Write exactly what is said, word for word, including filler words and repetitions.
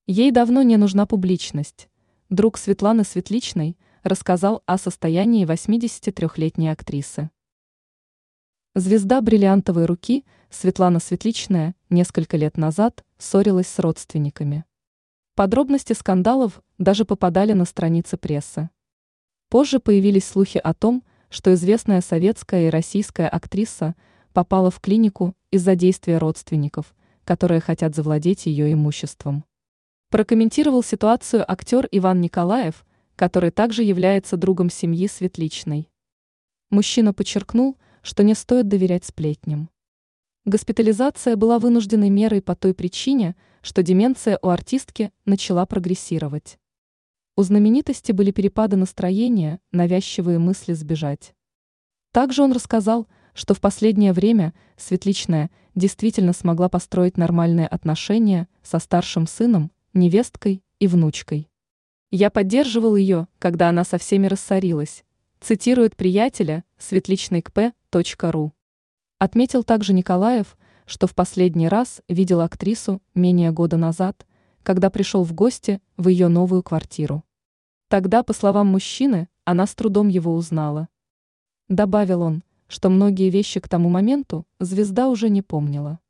Ей давно не нужна публичность. Друг Светланы Светличной рассказал о состоянии восьмидесятитрёхлетней актрисы. Звезда «Бриллиантовой руки» Светлана Светличная несколько лет назад ссорилась с родственниками. Подробности скандалов даже попадали на страницы прессы. Позже появились слухи о том, что известная советская и российская актриса попала в клинику из-за действия родственников, которые хотят завладеть ее имуществом. Прокомментировал ситуацию актер Иван Николаев, который также является другом семьи Светличной. Мужчина подчеркнул, что не стоит доверять сплетням. Госпитализация была вынужденной мерой по той причине, что деменция у артистки начала прогрессировать. У знаменитости были перепады настроения, навязчивые мысли сбежать. Также он рассказал, что в последнее время Светличная действительно смогла построить нормальные отношения со старшим сыном, невесткой и внучкой. «Я поддерживал ее, когда она со всеми рассорилась», цитирует приятеля светличной ка пэ точка ру. Отметил также Николаев, что в последний раз видел актрису менее года назад, когда пришел в гости в ее новую квартиру. Тогда, по словам мужчины, она с трудом его узнала. Добавил он, что многие вещи к тому моменту звезда уже не помнила.